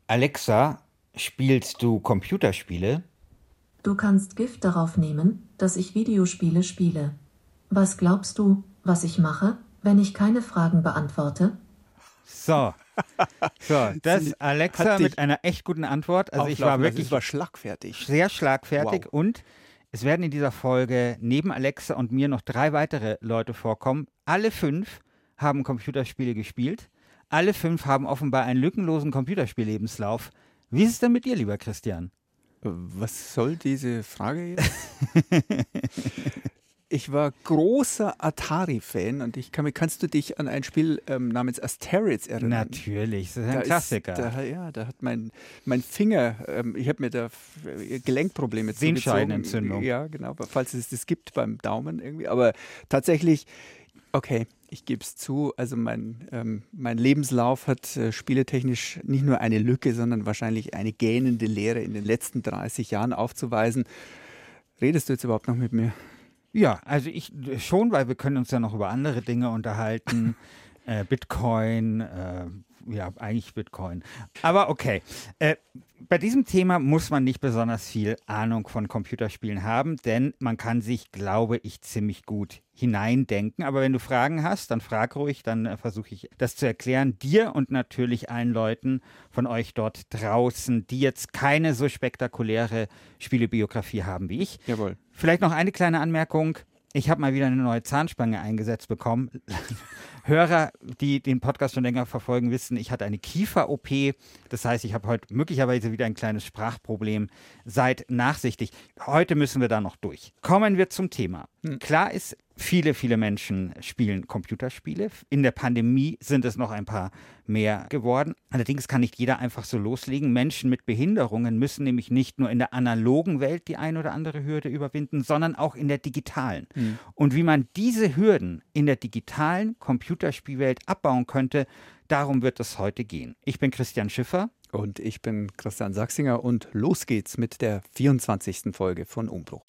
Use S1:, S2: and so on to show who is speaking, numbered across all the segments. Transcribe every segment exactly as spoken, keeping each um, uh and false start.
S1: Alexa, spielst du Computerspiele?
S2: Du kannst Gift darauf nehmen, dass ich Videospiele spiele. Was glaubst du, was ich mache, wenn ich keine Fragen beantworte?
S1: So, so das Alexa mit einer echt guten Antwort. Also ich war wirklich
S3: war schlagfertig.
S1: sehr schlagfertig
S3: Wow.
S1: und es werden in dieser Folge neben Alexa und mir noch drei weitere Leute vorkommen. Alle fünf haben Computerspiele gespielt. Alle fünf haben offenbar einen lückenlosen Computerspiellebenslauf. Wie ist es denn mit dir, lieber Christian?
S3: Was soll diese Frage jetzt? Ich war großer Atari-Fan und ich kann mir, kannst du dich an ein Spiel ähm, namens Asterix erinnern?
S1: Natürlich, das ist ein
S3: da
S1: Klassiker.
S3: Ist, da, ja, da hat mein, mein Finger, ähm, ich habe mir da Gelenkprobleme zugezogen.
S1: Sehenscheidenentzündung.
S3: Ja, genau, falls es das gibt beim Daumen irgendwie. Aber tatsächlich, okay, ich gebe es zu, also mein, ähm, mein Lebenslauf hat äh, spieletechnisch nicht nur eine Lücke, sondern wahrscheinlich eine gähnende Leere in den letzten dreißig Jahren aufzuweisen. Redest du jetzt überhaupt noch mit mir?
S1: Ja, also ich schon, weil wir können uns ja noch über andere Dinge unterhalten. äh, Bitcoin, äh, ja, eigentlich Bitcoin. Aber okay, äh, bei diesem Thema muss man nicht besonders viel Ahnung von Computerspielen haben, denn man kann sich, glaube ich, ziemlich gut hineindenken. Aber wenn du Fragen hast, dann frag ruhig, dann äh, versuche ich das zu erklären, dir und natürlich allen Leuten von euch dort draußen, die jetzt keine so spektakuläre Spielebiografie haben wie ich.
S3: Jawohl.
S1: Vielleicht noch eine kleine Anmerkung. Ich habe mal wieder eine neue Zahnspange eingesetzt bekommen. Hörer, die den Podcast schon länger verfolgen, wissen, ich hatte eine Kiefer-O P. Das heißt, ich habe heute möglicherweise wieder ein kleines Sprachproblem. Seid nachsichtig. Heute müssen wir da noch durch. Kommen wir zum Thema. Hm. Klar ist, viele, viele Menschen spielen Computerspiele. In der Pandemie sind es noch ein paar mehr geworden. Allerdings kann nicht jeder einfach so loslegen. Menschen mit Behinderungen müssen nämlich nicht nur in der analogen Welt die ein oder andere Hürde überwinden, sondern auch in der digitalen. Mhm. Und wie man diese Hürden in der digitalen Computerspielwelt abbauen könnte, darum wird es heute gehen. Ich bin Christian Schiffer.
S3: Und ich bin Christian Sachsinger und los geht's mit der vierundzwanzigsten Folge von Umbruch.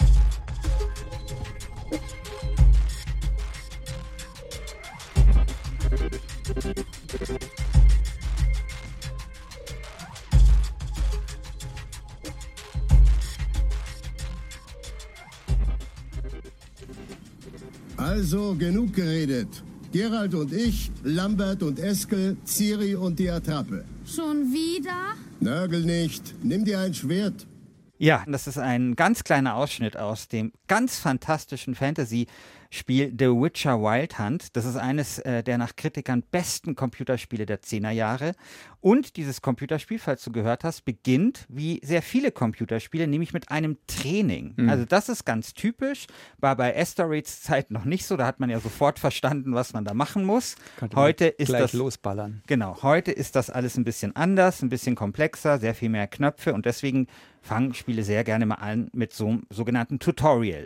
S4: Also, genug geredet. Gerald und ich, Lambert und Eskel, Ciri und die Attrappe.
S5: Schon wieder?
S4: Nörgel nicht. Nimm dir ein Schwert.
S1: Ja, das ist ein ganz kleiner Ausschnitt aus dem ganz fantastischen Fantasy-Spiel The Witcher Wild Hunt. Das ist eines äh, der nach Kritikern besten Computerspiele der Zehnerjahre. Und dieses Computerspiel, falls du gehört hast, beginnt wie sehr viele Computerspiele, nämlich mit einem Training. Mhm. Also das ist ganz typisch. War bei Asterix Zeit noch nicht so. Da hat man ja sofort verstanden, was man da machen muss.
S3: Könnte
S1: heute ist
S3: gleich
S1: das
S3: losballern.
S1: Genau, heute ist das alles ein bisschen anders, ein bisschen komplexer, sehr viel mehr Knöpfe und deswegen fangen Spiele sehr gerne mal an mit so einem sogenannten Tutorial.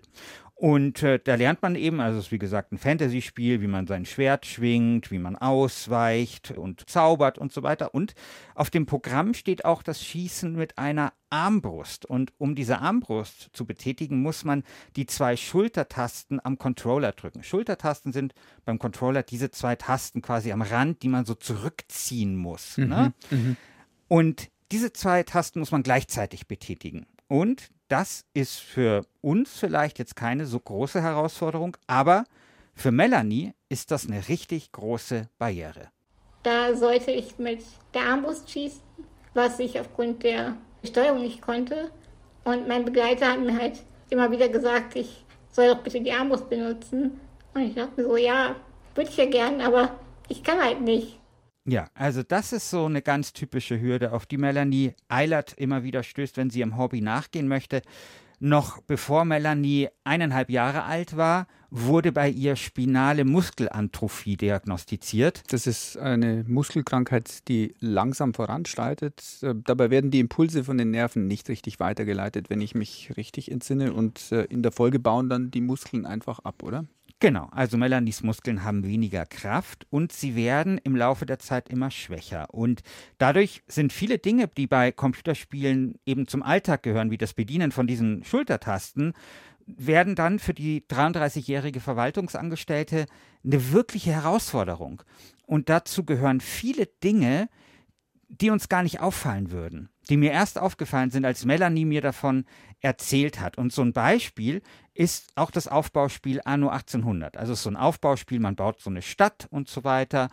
S1: Und äh, da lernt man eben, also es ist wie gesagt ein Fantasy-Spiel, wie man sein Schwert schwingt, wie man ausweicht und zaubert und so weiter. Und auf dem Programm steht auch das Schießen mit einer Armbrust. Und um diese Armbrust zu betätigen, muss man die zwei Schultertasten am Controller drücken. Schultertasten sind beim Controller diese zwei Tasten quasi am Rand, die man so zurückziehen muss. Mhm, ne? Mhm. Und diese zwei Tasten muss man gleichzeitig betätigen. Und das ist für uns vielleicht jetzt keine so große Herausforderung, aber für Melanie ist das eine richtig große Barriere.
S5: Da sollte ich mit der Armbrust schießen, was ich aufgrund der Steuerung nicht konnte. Und mein Begleiter hat mir halt immer wieder gesagt, ich soll doch bitte die Armbrust benutzen. Und ich dachte mir so, ja, würde ich ja gern, aber ich kann halt nicht.
S1: Ja, also das ist so eine ganz typische Hürde, auf die Melanie Eilert immer wieder stößt, wenn sie ihrem Hobby nachgehen möchte. Noch bevor Melanie eineinhalb Jahre alt war, wurde bei ihr spinale Muskelatrophie diagnostiziert.
S3: Das ist eine Muskelkrankheit, die langsam voranschreitet. Dabei werden die Impulse von den Nerven nicht richtig weitergeleitet, wenn ich mich richtig entsinne. Und in der Folge bauen dann die Muskeln einfach ab, oder?
S1: Genau, also Melanies Muskeln haben weniger Kraft und sie werden im Laufe der Zeit immer schwächer. Und dadurch sind viele Dinge, die bei Computerspielen eben zum Alltag gehören, wie das Bedienen von diesen Schultertasten, werden dann für die dreiunddreißigjährige Verwaltungsangestellte eine wirkliche Herausforderung. Und dazu gehören viele Dinge, die uns gar nicht auffallen würden, die mir erst aufgefallen sind, als Melanie mir davon erzählt hat. Und so ein Beispiel ist auch das Aufbauspiel Anno achtzehnhundert. Also es ist so ein Aufbauspiel, man baut so eine Stadt und so weiter.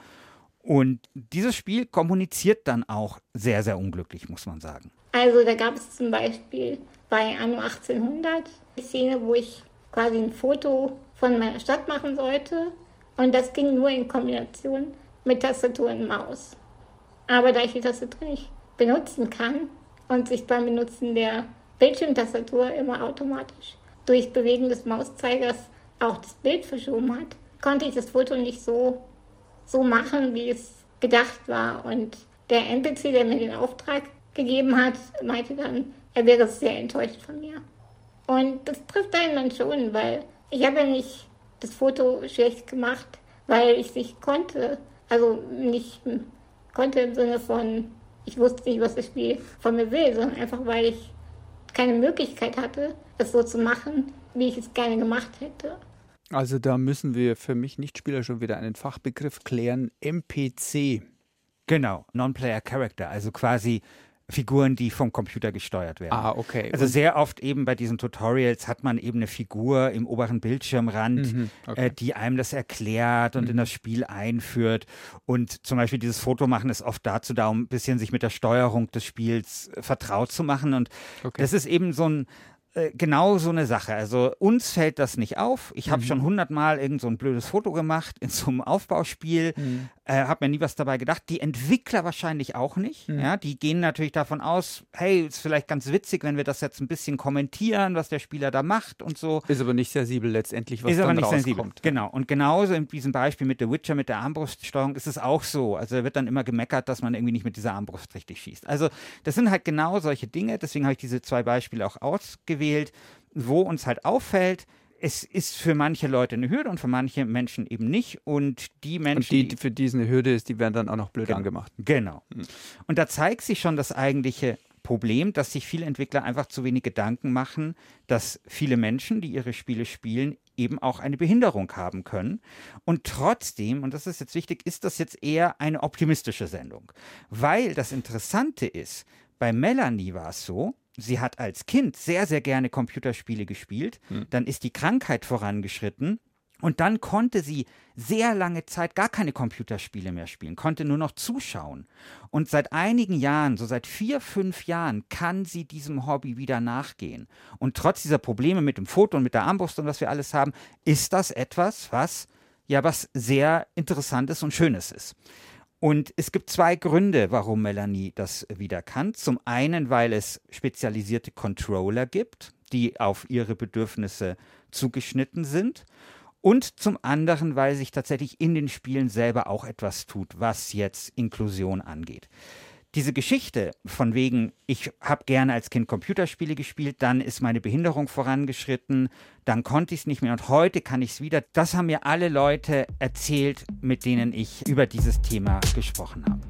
S1: Und dieses Spiel kommuniziert dann auch sehr, sehr unglücklich, muss man sagen.
S5: Also da gab es zum Beispiel bei Anno achtzehnhundert die Szene, wo ich quasi ein Foto von meiner Stadt machen sollte. Und das ging nur in Kombination mit Tastatur und Maus. Aber da ich die Tastatur nicht benutzen kann und sich beim Benutzen der Bildschirmtastatur immer automatisch durch Bewegen des Mauszeigers auch das Bild verschoben hat, konnte ich das Foto nicht so, so machen, wie es gedacht war. Und der N P C, der mir den Auftrag gegeben hat, meinte dann, er wäre sehr enttäuscht von mir. Und das trifft einen dann schon, weil ich habe ja nicht das Foto schlecht gemacht, weil ich es nicht konnte. Also nicht konnte im Sinne von, ich wusste nicht, was das Spiel von mir will, sondern einfach, weil ich keine Möglichkeit hatte, es so zu machen, wie ich es gerne gemacht hätte.
S3: Also da müssen wir für mich Nichtspieler schon wieder einen Fachbegriff klären. N P C.
S1: Genau, Non-Player Character, also quasi Figuren, die vom Computer gesteuert werden.
S3: Ah, okay.
S1: Also sehr oft eben bei diesen Tutorials hat man eben eine Figur im oberen Bildschirmrand,
S3: Mhm, okay.
S1: äh, die einem das erklärt und
S3: Mhm.
S1: in das Spiel einführt. Und zum Beispiel dieses Foto machen ist oft dazu da, um ein bisschen sich mit der Steuerung des Spiels äh, vertraut zu machen. Und
S3: Okay.
S1: das ist eben so ein äh, genau so eine Sache. Also uns fällt das nicht auf. Ich habe
S3: Mhm.
S1: schon hundertmal irgend so ein blödes Foto gemacht in so einem Aufbauspiel,
S3: Mhm.
S1: äh, habe mir nie was dabei gedacht. Die Entwickler wahrscheinlich auch nicht.
S3: Mhm.
S1: Ja, die gehen natürlich davon aus, hey, ist vielleicht ganz witzig, wenn wir das jetzt ein bisschen kommentieren, was der Spieler da macht und so.
S3: Ist aber nicht sensibel letztendlich, was
S1: Ist
S3: dann
S1: aber nicht
S3: rauskommt.
S1: sensibel. Genau. Und genauso in diesem Beispiel mit The Witcher, mit der Armbruststeuerung, ist es auch so. Also da wird dann immer gemeckert, dass man irgendwie nicht mit dieser Armbrust richtig schießt. Also das sind halt genau solche Dinge. Deswegen habe ich diese zwei Beispiele auch ausgewählt, wo uns halt auffällt, es ist für manche Leute eine Hürde und für manche Menschen eben nicht. Und die Menschen,
S3: Und die, die für diesen eine Hürde ist, die werden dann auch noch blöd
S1: Genau.
S3: angemacht.
S1: Genau. Und da zeigt sich schon das eigentliche Problem, dass sich viele Entwickler einfach zu wenig Gedanken machen, dass viele Menschen, die ihre Spiele spielen, eben auch eine Behinderung haben können. Und trotzdem, und das ist jetzt wichtig, ist das jetzt eher eine optimistische Sendung. Weil das Interessante ist, bei Melanie war es so, sie hat als Kind sehr, sehr gerne Computerspiele gespielt.
S3: Hm.
S1: Dann ist die Krankheit vorangeschritten. Und dann konnte sie sehr lange Zeit gar keine Computerspiele mehr spielen, konnte nur noch zuschauen. Und seit einigen Jahren, so seit vier, fünf Jahren, kann sie diesem Hobby wieder nachgehen. Und trotz dieser Probleme mit dem Foto und mit der Armbrust und was wir alles haben, ist das etwas, was ja was sehr Interessantes und Schönes ist. Und es gibt zwei Gründe, warum Melanie das wieder kann. Zum einen, weil es spezialisierte Controller gibt, die auf ihre Bedürfnisse zugeschnitten sind. Und zum anderen, weil sich tatsächlich in den Spielen selber auch etwas tut, was jetzt Inklusion angeht. Diese Geschichte von wegen, ich habe gerne als Kind Computerspiele gespielt, dann ist meine Behinderung vorangeschritten, dann konnte ich es nicht mehr und heute kann ich es wieder. Das haben mir alle Leute erzählt, mit denen ich über dieses Thema gesprochen habe.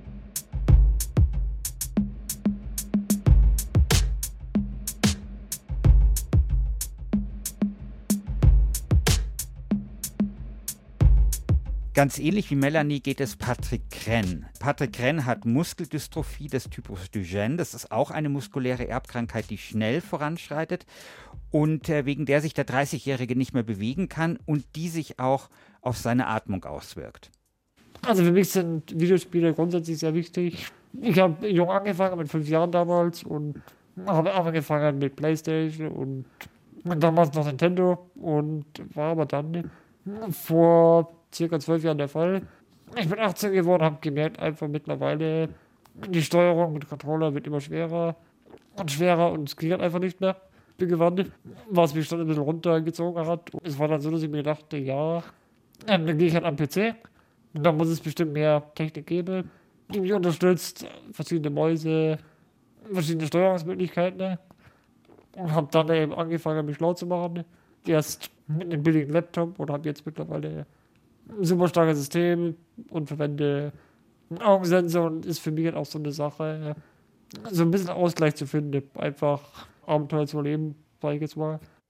S1: Ganz ähnlich wie Melanie geht es Patrick Krenn. Patrick Krenn hat Muskeldystrophie des Typus Duchenne. Das ist auch eine muskuläre Erbkrankheit, die schnell voranschreitet und äh, wegen der sich der dreißigjährige nicht mehr bewegen kann und die sich auch auf seine Atmung auswirkt.
S6: Also für mich sind Videospiele grundsätzlich sehr wichtig. Ich habe jung angefangen, mit fünf Jahren damals, und habe angefangen mit PlayStation und damals noch Nintendo und war aber dann vor circa zwölf Jahren der Fall. Ich bin achtzehn geworden, habe gemerkt, einfach mittlerweile die Steuerung mit Controller wird immer schwerer und schwerer und es ging halt einfach nicht mehr. Bin gewandt, was mich schon ein bisschen runtergezogen hat. Es war dann so, dass ich mir dachte, ja, dann gehe ich halt am P C. Und da muss es bestimmt mehr Technik geben, die mich unterstützt, verschiedene Mäuse, verschiedene Steuerungsmöglichkeiten. Und habe dann eben angefangen, mich schlau zu machen. Erst mit einem billigen Laptop und habe jetzt mittlerweile ein super starkes System und verwende einen Augensensor und ist für mich halt auch so eine Sache, so ein bisschen Ausgleich zu finden, einfach Abenteuer zu erleben, sag ich jetzt mal.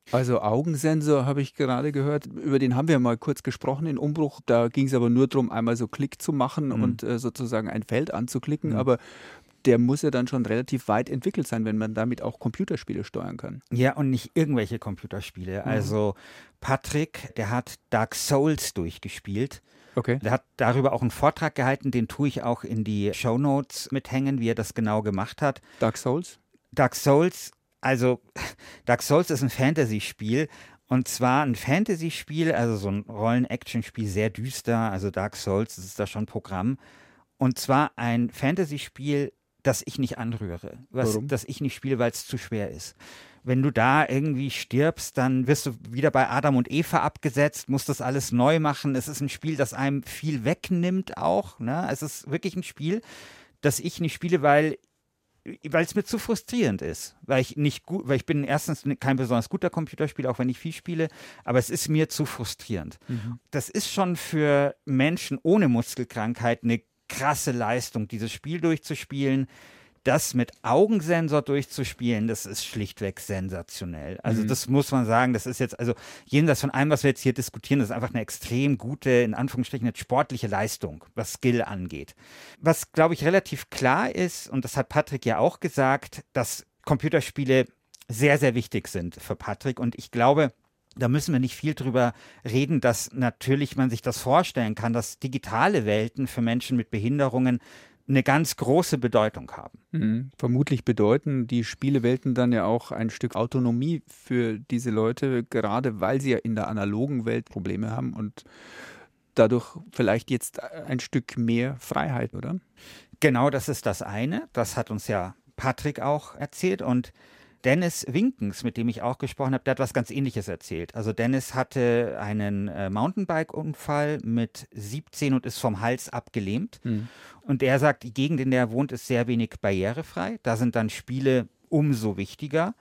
S3: Also Augensensor habe ich gerade gehört, über den haben wir mal kurz gesprochen in Umbruch. Da ging es aber nur darum, einmal so Klick zu machen mhm. und äh, sozusagen ein Feld anzuklicken, mhm. aber der muss ja dann schon relativ weit entwickelt sein, wenn man damit auch Computerspiele steuern kann.
S1: Ja, und nicht irgendwelche Computerspiele. Mhm. Also Patrick, der hat Dark Souls durchgespielt.
S3: Okay.
S1: Der hat darüber auch einen Vortrag gehalten, den tue ich auch in die Shownotes mithängen, wie er das genau gemacht hat.
S3: Dark Souls?
S1: Dark Souls, also Dark Souls ist ein Fantasy-Spiel. Und zwar ein Fantasy-Spiel, also so ein Rollen-Action-Spiel, sehr düster. Also Dark Souls, das ist da schon Programm. Und zwar ein Fantasy-Spiel, das ich nicht anrühre, was,
S3: Warum?
S1: Das ich nicht spiele, weil es zu schwer ist. Wenn du da irgendwie stirbst, dann wirst du wieder bei Adam und Eva abgesetzt, musst das alles neu machen. Es ist ein Spiel, das einem viel wegnimmt auch. Ne? Es ist wirklich ein Spiel, das ich nicht spiele, weil weil es mir zu frustrierend ist. Weil ich nicht gut, weil ich bin erstens kein besonders guter Computerspieler, auch wenn ich viel spiele, aber es ist mir zu frustrierend. Mhm. Das ist schon für Menschen ohne Muskelkrankheit eine krasse Leistung, dieses Spiel durchzuspielen. Das mit Augensensor durchzuspielen, das ist schlichtweg sensationell. Also mhm. das muss man sagen, das ist jetzt, also jenseits von allem, was wir jetzt hier diskutieren, das ist einfach eine extrem gute, in Anführungsstrichen, eine sportliche Leistung, was Skill angeht. Was, glaube ich, relativ klar ist, und das hat Patrick ja auch gesagt, dass Computerspiele sehr, sehr wichtig sind für Patrick. Und ich glaube, da müssen wir nicht viel drüber reden, dass natürlich man sich das vorstellen kann, dass digitale Welten für Menschen mit Behinderungen eine ganz große Bedeutung haben.
S3: Mhm. Vermutlich bedeuten die Spielewelten dann ja auch ein Stück Autonomie für diese Leute, gerade weil sie ja in der analogen Welt Probleme haben und dadurch vielleicht jetzt ein Stück mehr Freiheit, oder?
S1: Genau, das ist das eine. Das hat uns ja Patrick auch erzählt und Dennis Winkens, mit dem ich auch gesprochen habe, der hat was ganz Ähnliches erzählt. Also Dennis hatte einen äh, Mountainbike-Unfall mit siebzehn und ist vom Hals abgelähmt. Mhm. Und er sagt, die Gegend, in der er wohnt, ist sehr wenig barrierefrei. Da sind dann Spiele umso wichtiger.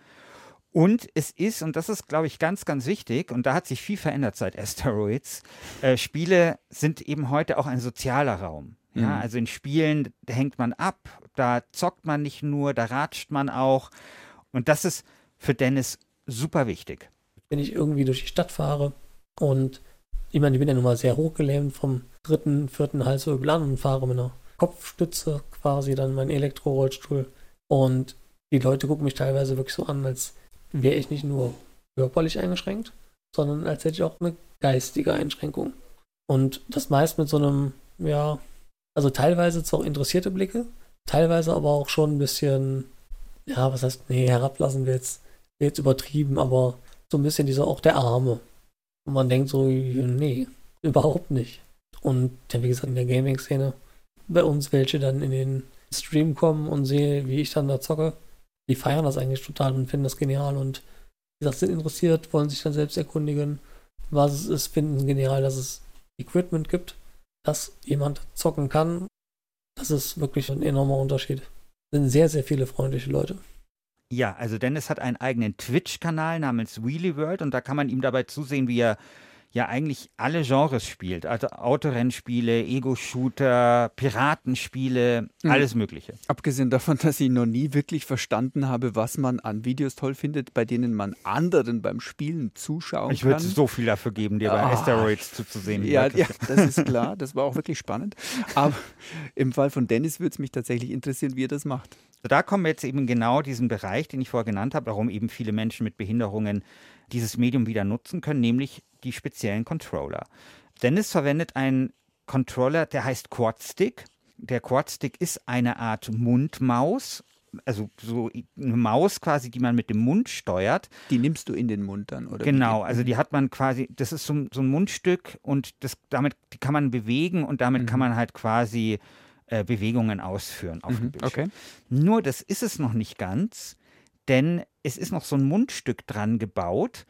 S1: Und es ist, und das ist, glaube ich, ganz, ganz wichtig, und da hat sich viel verändert seit Asteroids, äh, Spiele sind eben heute auch ein sozialer Raum. Ja, mhm. Also in Spielen, da hängt man ab, da zockt man nicht nur, da ratscht man auch. Und das ist für Dennis super wichtig.
S7: Wenn ich irgendwie durch die Stadt fahre und ich meine, ich bin ja nun mal sehr hochgelähmt vom dritten, vierten Halswirbel an und fahre mit einer Kopfstütze quasi dann meinen Elektrorollstuhl und die Leute gucken mich teilweise wirklich so an, als wäre ich nicht nur körperlich eingeschränkt, sondern als hätte ich auch eine geistige Einschränkung. Und das meist mit so einem, ja, also teilweise zwar auch interessierte Blicke, teilweise aber auch schon ein bisschen, ja, was heißt, nee, herablassen wir jetzt, jetzt übertrieben, aber so ein bisschen dieser auch der Arme. Und man denkt so, nee, überhaupt nicht. Und ja, wie gesagt, in der Gaming-Szene, bei uns welche dann in den Stream kommen und sehe, wie ich dann da zocke, die feiern das eigentlich total und finden das genial und wie gesagt, sind interessiert, wollen sich dann selbst erkundigen, was es ist, finden genial, dass es Equipment gibt, dass jemand zocken kann. Das ist wirklich ein enormer Unterschied. Sind sehr, sehr viele freundliche Leute.
S1: Ja, also Dennis hat einen eigenen Twitch-Kanal namens Wheelie World und da kann man ihm dabei zusehen, wie er ja eigentlich alle Genres spielt. Also Autorennspiele, Ego-Shooter, Piratenspiele, mhm. alles Mögliche.
S3: Abgesehen davon, dass ich noch nie wirklich verstanden habe, was man an Videos toll findet, bei denen man anderen beim Spielen zuschauen
S1: ich
S3: kann.
S1: Ich würde so viel dafür geben, dir bei ah. Asteroids zuzusehen.
S3: Ja, ja, das ist klar. Das war auch wirklich spannend. Aber im Fall von Dennis würde es mich tatsächlich interessieren, wie er das macht.
S1: Da kommen wir jetzt eben genau diesen Bereich, den ich vorher genannt habe, warum eben viele Menschen mit Behinderungen dieses Medium wieder nutzen können, nämlich die speziellen Controller. Dennis verwendet einen Controller, der heißt Quadstick. Der Quadstick ist eine Art Mundmaus, also so eine Maus quasi, die man mit dem Mund steuert.
S3: Die nimmst du in den Mund dann, oder?
S1: Genau, also die hat man quasi, das ist so, so ein Mundstück und das, damit die kann man bewegen und damit mhm. kann man halt quasi äh, Bewegungen ausführen auf
S3: mhm.
S1: dem Bildschirm.
S3: Okay.
S1: Nur das ist es noch nicht ganz, denn es ist noch so ein Mundstück dran gebaut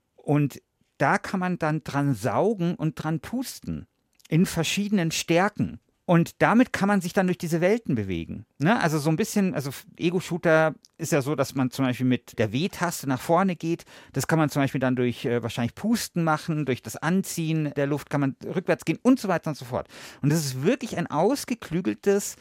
S1: und da kann man dann dran saugen und dran pusten in verschiedenen Stärken. Und damit kann man sich dann durch diese Welten bewegen. Ne? Also so ein bisschen, also Ego-Shooter ist ja so, dass man zum Beispiel mit der W-Taste nach vorne geht. Das kann man zum Beispiel dann durch äh, wahrscheinlich Pusten machen, durch das Anziehen der Luft kann man rückwärts gehen und so weiter und so fort. Und das ist wirklich ein ausgeklügeltes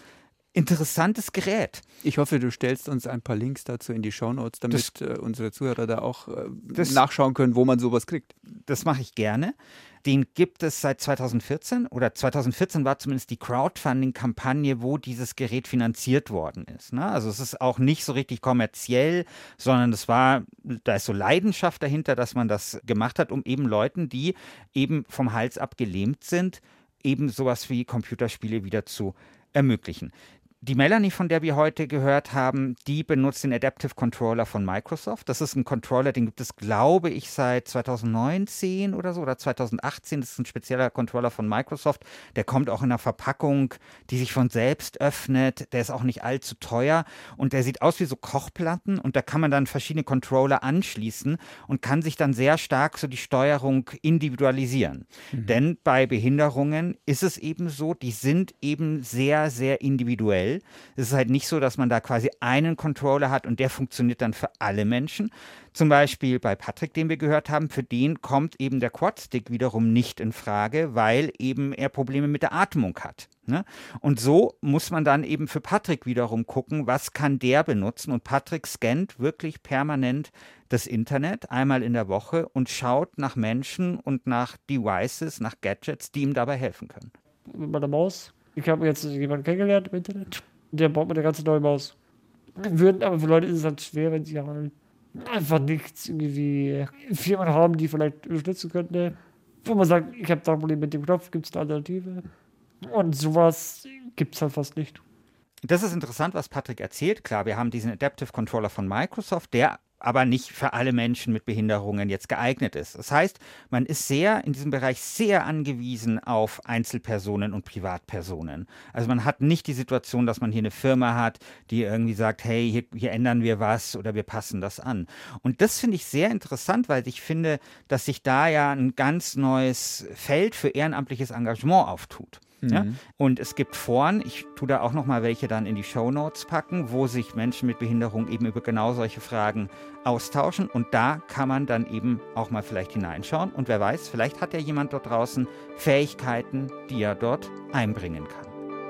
S1: interessantes Gerät.
S3: Ich hoffe, du stellst uns ein paar Links dazu in die Shownotes, damit das, äh, unsere Zuhörer da auch äh, das, nachschauen können, wo man sowas kriegt.
S1: Das mache ich gerne. Den gibt es seit zweitausendvierzehn oder zweitausendvierzehn war zumindest die Crowdfunding-Kampagne, wo dieses Gerät finanziert worden ist. Ne? Also es ist auch nicht so richtig kommerziell, sondern es war, da ist so Leidenschaft dahinter, dass man das gemacht hat, um eben Leuten, die eben vom Hals ab gelähmt sind, eben sowas wie Computerspiele wieder zu ermöglichen. Die Melanie, von der wir heute gehört haben, die benutzt den Adaptive Controller von Microsoft. Das ist ein Controller, den gibt es, glaube ich, seit zweitausendneunzehn oder so oder zweitausendachtzehn. Das ist ein spezieller Controller von Microsoft. Der kommt auch in einer Verpackung, die sich von selbst öffnet. Der ist auch nicht allzu teuer und der sieht aus wie so Kochplatten und da kann man dann verschiedene Controller anschließen und kann sich dann sehr stark so die Steuerung individualisieren. Mhm. Denn bei Behinderungen ist es eben so, die sind eben sehr, sehr individuell. Es ist halt nicht so, dass man da quasi einen Controller hat und der funktioniert dann für alle Menschen. Zum Beispiel bei Patrick, den wir gehört haben, für den kommt eben der Quadstick wiederum nicht in Frage, weil eben er Probleme mit der Atmung hat. Ne? Und so muss man dann eben für Patrick wiederum gucken, was kann der benutzen. Und Patrick scannt wirklich permanent das Internet einmal in der Woche und schaut nach Menschen und nach Devices, nach Gadgets, die ihm dabei helfen können.
S6: Mit meiner Maus. Ich habe jetzt jemanden kennengelernt im Internet. Der baut mir eine ganze neue Maus. Würden, aber für Leute ist es halt schwer, wenn sie halt einfach nichts irgendwie Firmen haben, die vielleicht unterstützen könnte. Wo man sagt, ich habe da ein Problem mit dem Knopf, gibt es eine Alternative? Und sowas gibt es halt fast nicht.
S1: Das ist interessant, was Patrick erzählt. Klar, wir haben diesen Adaptive Controller von Microsoft, der aber nicht für alle Menschen mit Behinderungen jetzt geeignet ist. Das heißt, man ist sehr in diesem Bereich sehr angewiesen auf Einzelpersonen und Privatpersonen. Also man hat nicht die Situation, dass man hier eine Firma hat, die irgendwie sagt, hey, hier, hier ändern wir was oder wir passen das an. Und das finde ich sehr interessant, weil ich finde, dass sich da ja ein ganz neues Feld für ehrenamtliches Engagement auftut. Ja? Und es gibt Foren, ich tue da auch nochmal welche dann in die Shownotes packen, wo sich Menschen mit Behinderung eben über genau solche Fragen austauschen und da kann man dann eben auch mal vielleicht hineinschauen und wer weiß, vielleicht hat ja jemand dort draußen Fähigkeiten, die er dort einbringen kann.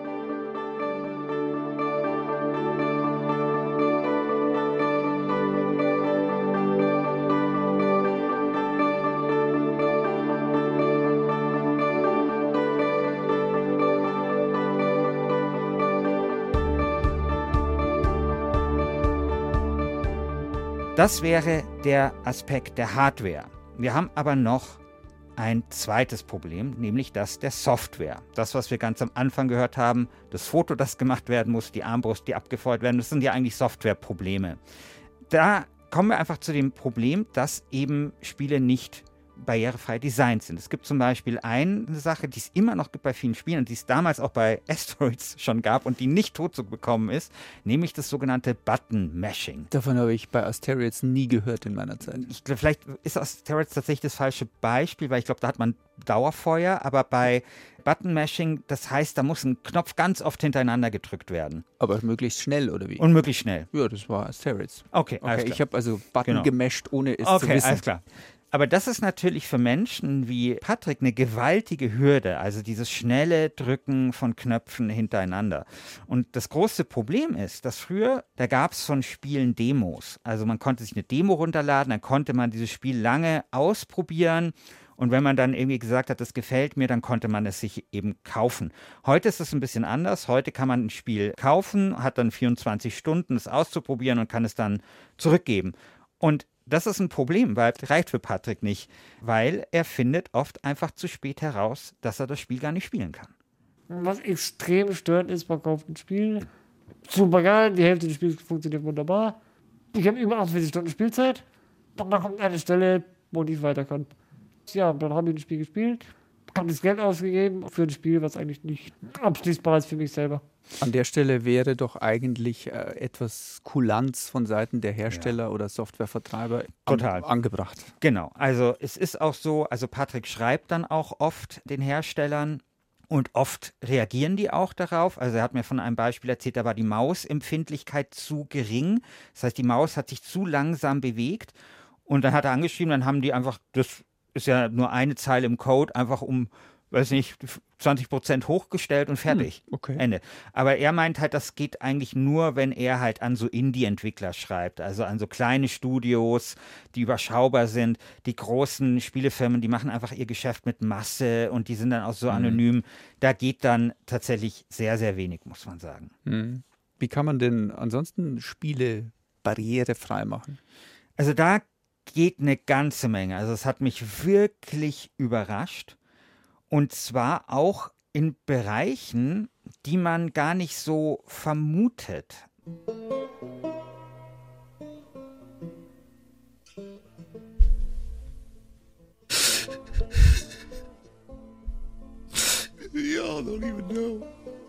S1: Das wäre der Aspekt der Hardware. Wir haben aber noch ein zweites Problem, nämlich das der Software. Das, was wir ganz am Anfang gehört haben, das Foto, das gemacht werden muss, die Armbrust, die abgefeuert werden, das sind ja eigentlich Softwareprobleme. Da kommen wir einfach zu dem Problem, dass eben Spiele nicht barrierefrei designt sind. Es gibt zum Beispiel eine Sache, die es immer noch gibt bei vielen Spielen und die es damals auch bei Asteroids schon gab und die nicht tot zu bekommen ist, nämlich das sogenannte Button-Mashing.
S3: Davon habe ich bei Asteroids nie gehört in meiner Zeit.
S1: Ich, vielleicht ist Asteroids tatsächlich das falsche Beispiel, weil ich glaube, da hat man Dauerfeuer, aber bei Button-Mashing, das heißt, da muss ein Knopf ganz oft hintereinander gedrückt werden.
S3: Aber möglichst schnell, oder wie?
S1: Und möglichst schnell.
S3: Ja, das war Asteroids.
S1: Okay, alles
S3: okay
S1: klar.
S3: Ich habe also Button genau. gemasht, ohne es
S1: okay,
S3: zu wissen.
S1: Okay, alles klar. Aber das ist natürlich für Menschen wie Patrick eine gewaltige Hürde, also dieses schnelle Drücken von Knöpfen hintereinander. Und das große Problem ist, dass früher, da gab es von Spielen Demos. Also man konnte sich eine Demo runterladen, dann konnte man dieses Spiel lange ausprobieren. Und wenn man dann irgendwie gesagt hat, das gefällt mir, dann konnte man es sich eben kaufen. Heute ist es ein bisschen anders. Heute kann man ein Spiel kaufen, hat dann vierundzwanzig Stunden, es auszuprobieren und kann es dann zurückgeben. Und das ist ein Problem, weil es reicht für Patrick nicht, weil er findet oft einfach zu spät heraus, dass er das Spiel gar nicht spielen kann.
S6: Was extrem störend ist, man kauft ein Spiel, super geil, die Hälfte des Spiels funktioniert wunderbar. Ich habe über achtundvierzig Stunden Spielzeit, dann kommt eine Stelle, wo ich nicht weiter kann. Ja, dann habe ich das Spiel gespielt, habe das Geld ausgegeben für ein Spiel, was eigentlich nicht abschließbar ist für mich selber.
S3: An der Stelle wäre doch eigentlich äh, etwas Kulanz von Seiten der Hersteller ja. oder Softwarevertreiber
S1: Total.
S3: An, angebracht.
S1: Genau, also es ist auch so, also Patrick schreibt dann auch oft den Herstellern und oft reagieren die auch darauf. Also er hat mir von einem Beispiel erzählt, da war die Mausempfindlichkeit zu gering. Das heißt, die Maus hat sich zu langsam bewegt und dann hat er angeschrieben, dann haben die einfach, das ist ja nur eine Zeile im Code, einfach um weiß nicht, zwanzig Prozent hochgestellt und fertig.
S3: Hm, okay.
S1: Ende. Aber er meint halt, das geht eigentlich nur, wenn er halt an so Indie-Entwickler schreibt, also an so kleine Studios, die überschaubar sind. Die großen Spielefirmen, die machen einfach ihr Geschäft mit Masse und die sind dann auch so anonym. Mhm. Da geht dann tatsächlich sehr, sehr wenig, muss man sagen.
S3: Mhm. Wie kann man denn ansonsten Spiele barrierefrei machen?
S1: Also da geht eine ganze Menge. Also es hat mich wirklich überrascht. Und zwar auch in Bereichen, die man gar nicht so vermutet.
S4: Y'all don't even know.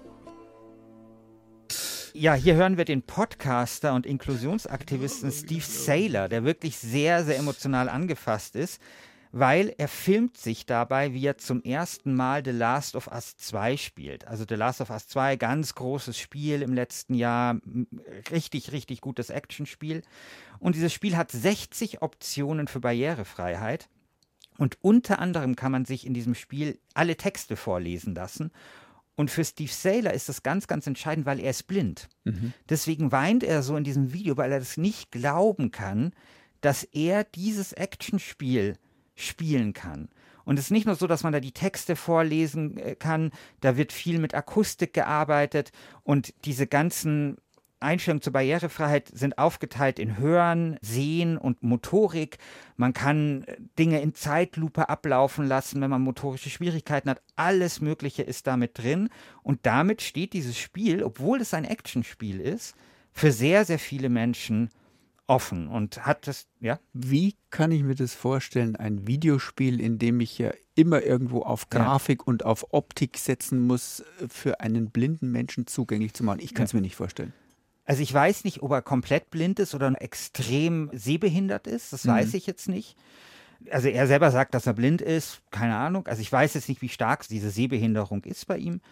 S1: Ja, hier hören wir den Podcaster und Inklusionsaktivisten Steve Saylor, der wirklich sehr, sehr emotional angefasst ist, weil er filmt sich dabei, wie er zum ersten Mal The Last of Us zwei spielt. Also The Last of Us zwei, ganz großes Spiel im letzten Jahr, richtig, richtig gutes Actionspiel. Und dieses Spiel hat sechzig Optionen für Barrierefreiheit. Und unter anderem kann man sich in diesem Spiel alle Texte vorlesen lassen. Und für Steve Saylor ist das ganz, ganz entscheidend, weil er ist blind. Mhm. Deswegen weint er so in diesem Video, weil er das nicht glauben kann, dass er dieses Actionspiel spielen kann. Und es ist nicht nur so, dass man da die Texte vorlesen kann, da wird viel mit Akustik gearbeitet und diese ganzen Einstellungen zur Barrierefreiheit sind aufgeteilt in Hören, Sehen und Motorik. Man kann Dinge in Zeitlupe ablaufen lassen, wenn man motorische Schwierigkeiten hat. Alles Mögliche ist damit drin. Und damit steht dieses Spiel, obwohl es ein Actionspiel ist, für sehr, sehr viele Menschen offen und hat das, ja.
S3: Wie kann ich mir das vorstellen, ein Videospiel, in dem ich ja immer irgendwo auf Grafik ja. und auf Optik setzen muss, für einen blinden Menschen zugänglich zu machen? Ich kann es ja. mir nicht vorstellen.
S1: Also ich weiß nicht, ob er komplett blind ist oder extrem sehbehindert ist, das mhm. weiß ich jetzt nicht. Also er selber sagt, dass er blind ist, keine Ahnung. Also ich weiß jetzt nicht, wie stark diese Sehbehinderung ist bei ihm.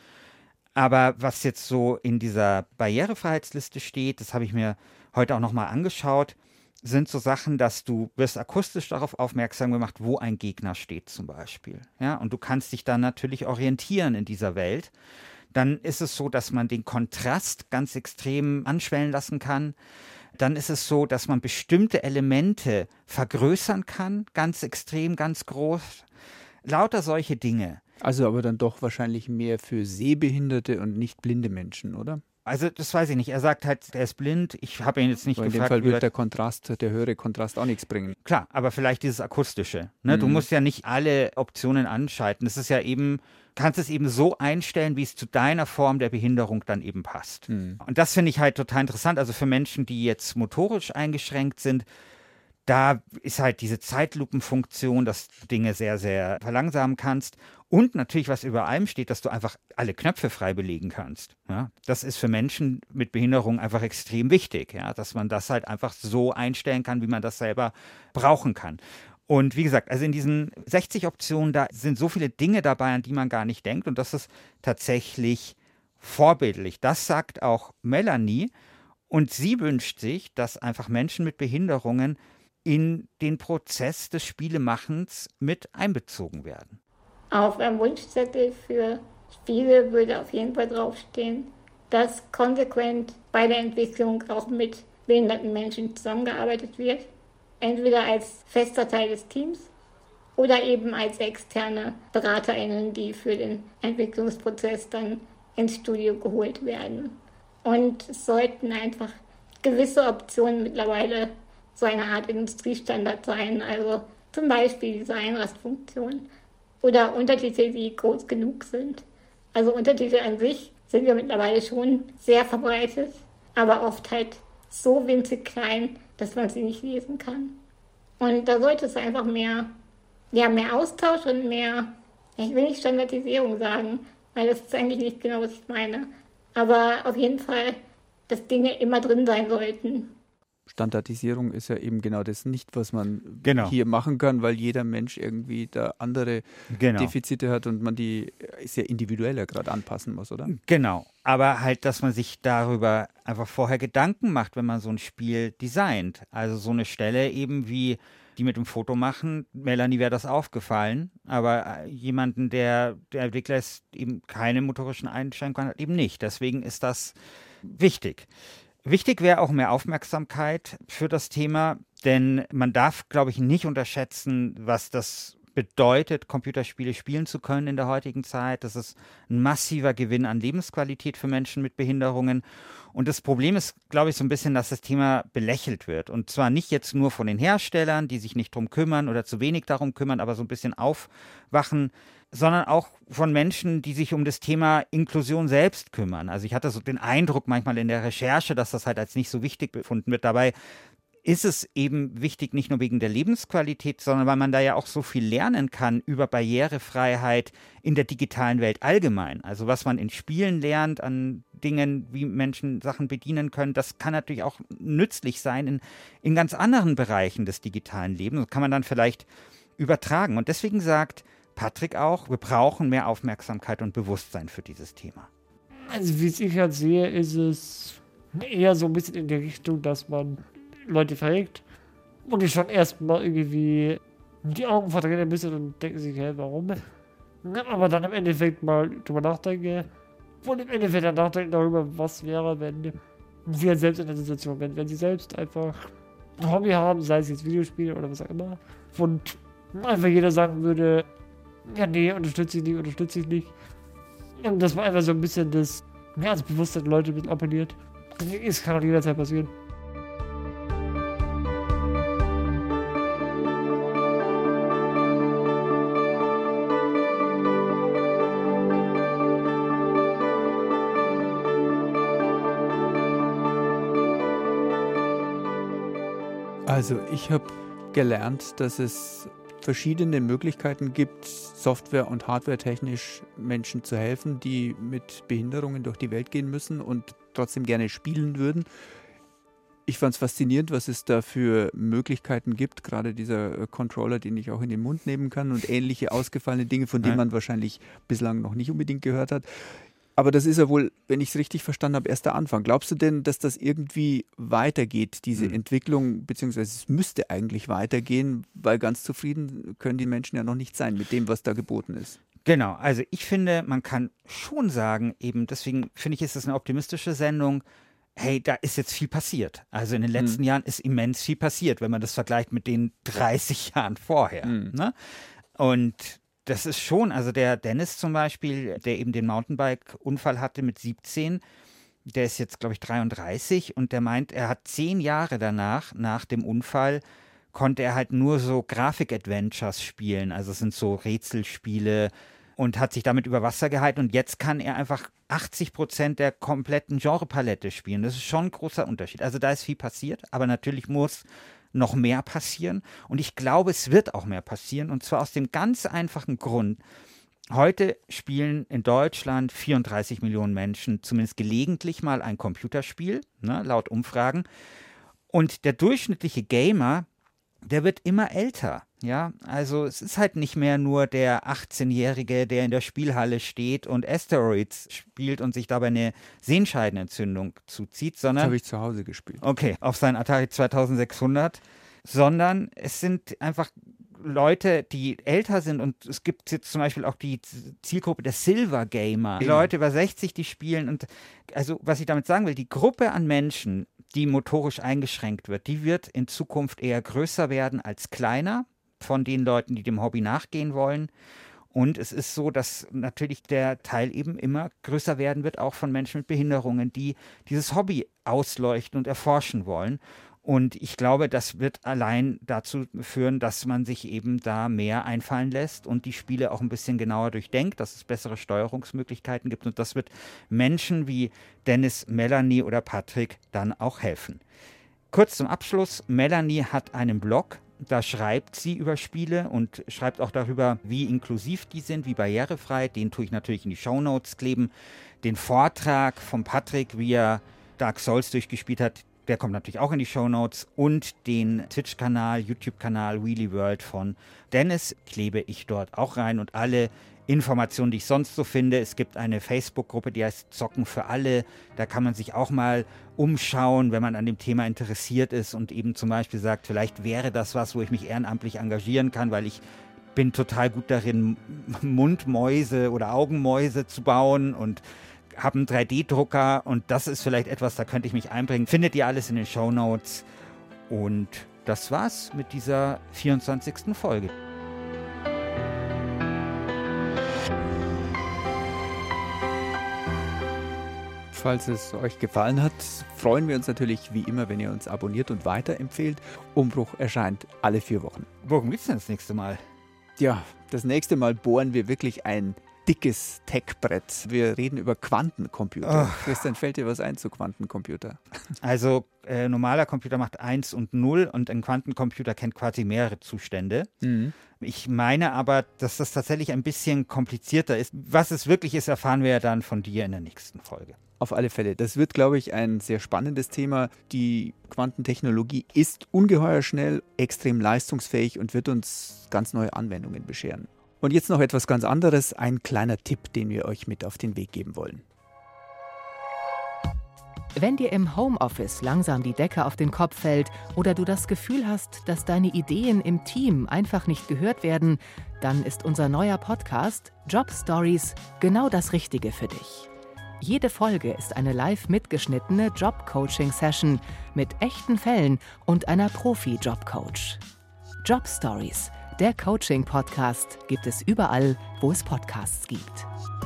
S1: Aber was jetzt so in dieser Barrierefreiheitsliste steht, das habe ich mir heute auch nochmal angeschaut, sind so Sachen, dass du wirst akustisch darauf aufmerksam gemacht, wo ein Gegner steht zum Beispiel. Ja, und du kannst dich dann natürlich orientieren in dieser Welt. Dann ist es so, dass man den Kontrast ganz extrem anschwellen lassen kann. Dann ist es so, dass man bestimmte Elemente vergrößern kann, ganz extrem, ganz groß. Lauter solche Dinge.
S3: Also aber dann doch wahrscheinlich mehr für sehbehinderte und nicht blinde Menschen, oder?
S1: Also das weiß ich nicht. Er sagt halt, er ist blind. Ich habe ihn jetzt nicht
S3: aber
S1: gefragt.
S3: In dem Fall wird der Kontrast, der höhere Kontrast auch nichts bringen.
S1: Klar, aber vielleicht dieses Akustische. Ne? Mhm. Du musst ja nicht alle Optionen anschalten. Das ist ja eben, kannst es eben so einstellen, wie es zu deiner Form der Behinderung dann eben passt. Mhm. Und das finde ich halt total interessant. Also für Menschen, die jetzt motorisch eingeschränkt sind, da ist halt diese Zeitlupenfunktion, dass du Dinge sehr, sehr verlangsamen kannst. Und natürlich, was über allem steht, dass du einfach alle Knöpfe frei belegen kannst. Ja, das ist für Menschen mit Behinderung einfach extrem wichtig, ja, dass man das halt einfach so einstellen kann, wie man das selber brauchen kann. Und wie gesagt, also in diesen sechzig Optionen, da sind so viele Dinge dabei, an die man gar nicht denkt. Und das ist tatsächlich vorbildlich. Das sagt auch Melanie. Und sie wünscht sich, dass einfach Menschen mit Behinderungen in den Prozess des Spielemachens mit einbezogen werden.
S5: Auf einem Wunschzettel für Spiele würde auf jeden Fall draufstehen, dass konsequent bei der Entwicklung auch mit behinderten Menschen zusammengearbeitet wird. Entweder als fester Teil des Teams oder eben als externe BeraterInnen, die für den Entwicklungsprozess dann ins Studio geholt werden. Und es sollten einfach gewisse Optionen mittlerweile so eine Art Industriestandard sein, also zum Beispiel diese Einrastfunktion oder Untertitel, die groß genug sind. Also Untertitel an sich sind ja mittlerweile schon sehr verbreitet, aber oft halt so winzig klein, dass man sie nicht lesen kann. Und da sollte es einfach mehr, ja, mehr Austausch und mehr, ich will nicht Standardisierung sagen, weil das ist eigentlich nicht genau, was ich meine, aber auf jeden Fall, dass Dinge immer drin sein sollten.
S3: Standardisierung ist ja eben genau das nicht, was man
S1: genau.
S3: hier machen kann, weil jeder Mensch irgendwie da andere genau. Defizite hat und man die sehr individueller gerade anpassen muss, oder?
S1: Genau, aber halt, dass man sich darüber einfach vorher Gedanken macht, wenn man so ein Spiel designt. Also so eine Stelle eben wie die mit dem Foto machen, Melanie wäre das aufgefallen, aber jemanden, der der Entwickler ist, eben keine motorischen Einschränkungen hat, eben nicht. Deswegen ist das wichtig. Wichtig wäre auch mehr Aufmerksamkeit für das Thema, denn man darf, glaube ich, nicht unterschätzen, was das bedeutet, Computerspiele spielen zu können in der heutigen Zeit. Das ist ein massiver Gewinn an Lebensqualität für Menschen mit Behinderungen. Und das Problem ist, glaube ich, so ein bisschen, dass das Thema belächelt wird. Und zwar nicht jetzt nur von den Herstellern, die sich nicht drum kümmern oder zu wenig darum kümmern, aber so ein bisschen aufwachen, sondern auch von Menschen, die sich um das Thema Inklusion selbst kümmern. Also ich hatte so den Eindruck manchmal in der Recherche, dass das halt als nicht so wichtig befunden wird. Dabei ist es eben wichtig, nicht nur wegen der Lebensqualität, sondern weil man da ja auch so viel lernen kann über Barrierefreiheit in der digitalen Welt allgemein. Also was man in Spielen lernt an Dingen, wie Menschen Sachen bedienen können, das kann natürlich auch nützlich sein in, in ganz anderen Bereichen des digitalen Lebens. Das kann man dann vielleicht übertragen. Und deswegen sagt Patrick auch, wir brauchen mehr Aufmerksamkeit und Bewusstsein für dieses Thema.
S6: Also wie ich halt sehe, ist es eher so ein bisschen in die Richtung, dass man Leute verregt und die schon erstmal irgendwie die Augen verdrehen ein bisschen und denken sich, hey, warum? Aber dann im Endeffekt mal drüber nachdenken und im Endeffekt dann nachdenken darüber, was wäre, wenn sie halt selbst in der Situation wären, wenn sie selbst einfach ein Hobby haben, sei es jetzt Videospiele oder was auch immer, und einfach jeder sagen würde, ja, nee, unterstütze ich nicht, unterstütze ich nicht. Und dass man einfach so ein bisschen das, ja, das Bewusstsein der Leute ein bisschen appelliert. Das kann auch jederzeit passieren.
S3: Also ich habe gelernt, dass es verschiedene Möglichkeiten gibt, software- und hardwaretechnisch Menschen zu helfen, die mit Behinderungen durch die Welt gehen müssen und trotzdem gerne spielen würden. Ich fand es faszinierend, was es da für Möglichkeiten gibt, gerade dieser Controller, den ich auch in den Mund nehmen kann und ähnliche ausgefallene Dinge, von denen man wahrscheinlich bislang noch nicht unbedingt gehört hat. Aber das ist ja wohl, wenn ich es richtig verstanden habe, erst der Anfang. Glaubst du denn, dass das irgendwie weitergeht, diese mhm. Entwicklung, beziehungsweise es müsste eigentlich weitergehen, weil ganz zufrieden können die Menschen ja noch nicht sein mit dem, was da geboten ist?
S1: Genau, also ich finde, man kann schon sagen, eben deswegen finde ich, ist das eine optimistische Sendung, hey, da ist jetzt viel passiert. Also in den letzten mhm. Jahren ist immens viel passiert, wenn man das vergleicht mit den dreißig Jahren vorher. Mhm. Ne? Und das ist schon, also der Dennis zum Beispiel, der eben den Mountainbike-Unfall hatte mit siebzehn, der ist jetzt, glaube ich, dreiunddreißig und der meint, er hat zehn Jahre danach, nach dem Unfall, konnte er halt nur so Grafik-Adventures spielen, also es sind so Rätselspiele und hat sich damit über Wasser gehalten und jetzt kann er einfach achtzig Prozent der kompletten Genrepalette spielen. Das ist schon ein großer Unterschied. Also da ist viel passiert, aber natürlich muss noch mehr passieren und ich glaube, es wird auch mehr passieren und zwar aus dem ganz einfachen Grund, heute spielen in Deutschland vierunddreißig Millionen Menschen zumindest gelegentlich mal ein Computerspiel, ne, laut Umfragen, und der durchschnittliche Gamer, der wird immer älter, ja, also es ist halt nicht mehr nur der achtzehnjährige, der in der Spielhalle steht und Asteroids spielt und sich dabei eine Sehenscheidenentzündung zuzieht, sondern...
S3: Das habe ich zu Hause gespielt.
S1: Okay, auf seinen Atari zweitausendsechshundert, sondern es sind einfach Leute, die älter sind und es gibt jetzt zum Beispiel auch die Zielgruppe der Silver Gamer, die Leute über sechzig, die spielen und also was ich damit sagen will, die Gruppe an Menschen, die motorisch eingeschränkt wird, die wird in Zukunft eher größer werden als kleiner von den Leuten, die dem Hobby nachgehen wollen. Und es ist so, dass natürlich der Teil eben immer größer werden wird, auch von Menschen mit Behinderungen, die dieses Hobby ausleuchten und erforschen wollen. Und ich glaube, das wird allein dazu führen, dass man sich eben da mehr einfallen lässt und die Spiele auch ein bisschen genauer durchdenkt, dass es bessere Steuerungsmöglichkeiten gibt. Und das wird Menschen wie Dennis, Melanie oder Patrick dann auch helfen. Kurz zum Abschluss, Melanie hat einen Blog, da schreibt sie über Spiele und schreibt auch darüber, wie inklusiv die sind, wie barrierefrei. Den tue ich natürlich in die Shownotes kleben. Den Vortrag von Patrick, wie er Dark Souls durchgespielt hat, der kommt natürlich auch in die Shownotes. Und den Twitch-Kanal, YouTube-Kanal Wheelie World von Dennis klebe ich dort auch rein. Und alle Informationen, die ich sonst so finde. Es gibt eine Facebook-Gruppe, die heißt Zocken für alle. Da kann man sich auch mal umschauen, wenn man an dem Thema interessiert ist und eben zum Beispiel sagt, vielleicht wäre das was, wo ich mich ehrenamtlich engagieren kann, weil ich bin total gut darin, Mundmäuse oder Augenmäuse zu bauen und habe einen drei D Drucker und das ist vielleicht etwas, da könnte ich mich einbringen. Findet ihr alles in den Shownotes. Und das war's mit dieser vierundzwanzigsten Folge.
S3: Falls es euch gefallen hat, freuen wir uns natürlich wie immer, wenn ihr uns abonniert und weiterempfehlt. Umbruch erscheint alle vier Wochen.
S1: Worum geht's denn das nächste Mal?
S3: Ja, das nächste Mal bohren wir wirklich ein dickes Tech-Brett. Wir reden über Quantencomputer. Oh. Christian, fällt dir was ein zu Quantencomputer?
S1: Also äh, normaler Computer macht eins und null und ein Quantencomputer kennt quasi mehrere Zustände. Mhm. Ich meine aber, dass das tatsächlich ein bisschen komplizierter ist. Was es wirklich ist, erfahren wir ja dann von dir in der nächsten Folge.
S3: Auf alle Fälle. Das wird, glaube ich, ein sehr spannendes Thema. Die Quantentechnologie ist ungeheuer schnell, extrem leistungsfähig und wird uns ganz neue Anwendungen bescheren. Und jetzt noch etwas ganz anderes, ein kleiner Tipp, den wir euch mit auf den Weg geben wollen.
S8: Wenn dir im Homeoffice langsam die Decke auf den Kopf fällt oder du das Gefühl hast, dass deine Ideen im Team einfach nicht gehört werden, dann ist unser neuer Podcast Job Stories genau das Richtige für dich. Jede Folge ist eine live mitgeschnittene Job-Coaching-Session mit echten Fällen und einer Profi-Job-Coach. Job Stories, der Coaching-Podcast, gibt es überall, wo es Podcasts gibt.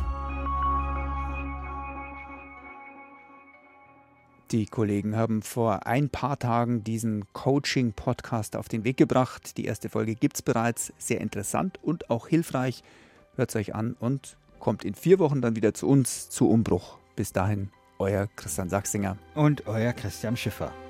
S3: Die Kollegen haben vor ein paar Tagen diesen Coaching-Podcast auf den Weg gebracht. Die erste Folge gibt es bereits. Sehr interessant und auch hilfreich. Hört es euch an und kommt in vier Wochen dann wieder zu uns zu Umbruch. Bis dahin, euer Christian Sachsinger.
S1: Und euer Christian Schiffer.